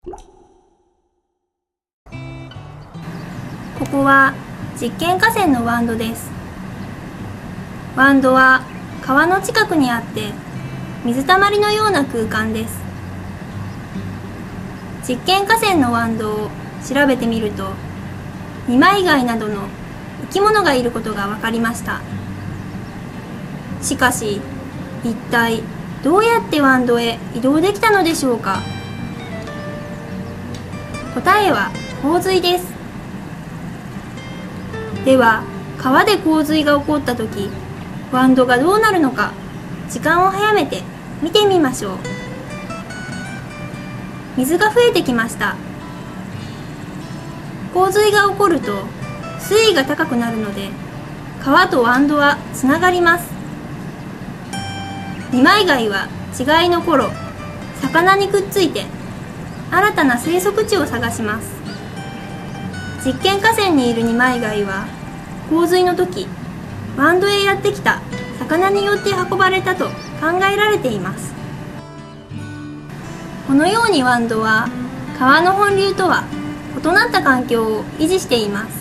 ここは実験河川のワンドです。ワンドは川の近くにあって水たまりのような空間です。実験河川のワンドを調べてみると、二枚貝などの生き物がいることが分かりました。しかし、一体どうやってワンドへ移動できたのでしょうか。答えは洪水です。では、川で洪水が起こったとき、ワンドがどうなるのか、時間を早めて見てみましょう。水が増えてきました。洪水が起こると水位が高くなるので、川とワンドはつながります。二枚貝は稚貝の頃、魚にくっついて新たな生息地を探します。実験河川にいる二枚貝は洪水の時、ワンドへやってきた魚によって運ばれたと考えられています。このようにワンドは川の本流とは異なった環境を維持しています。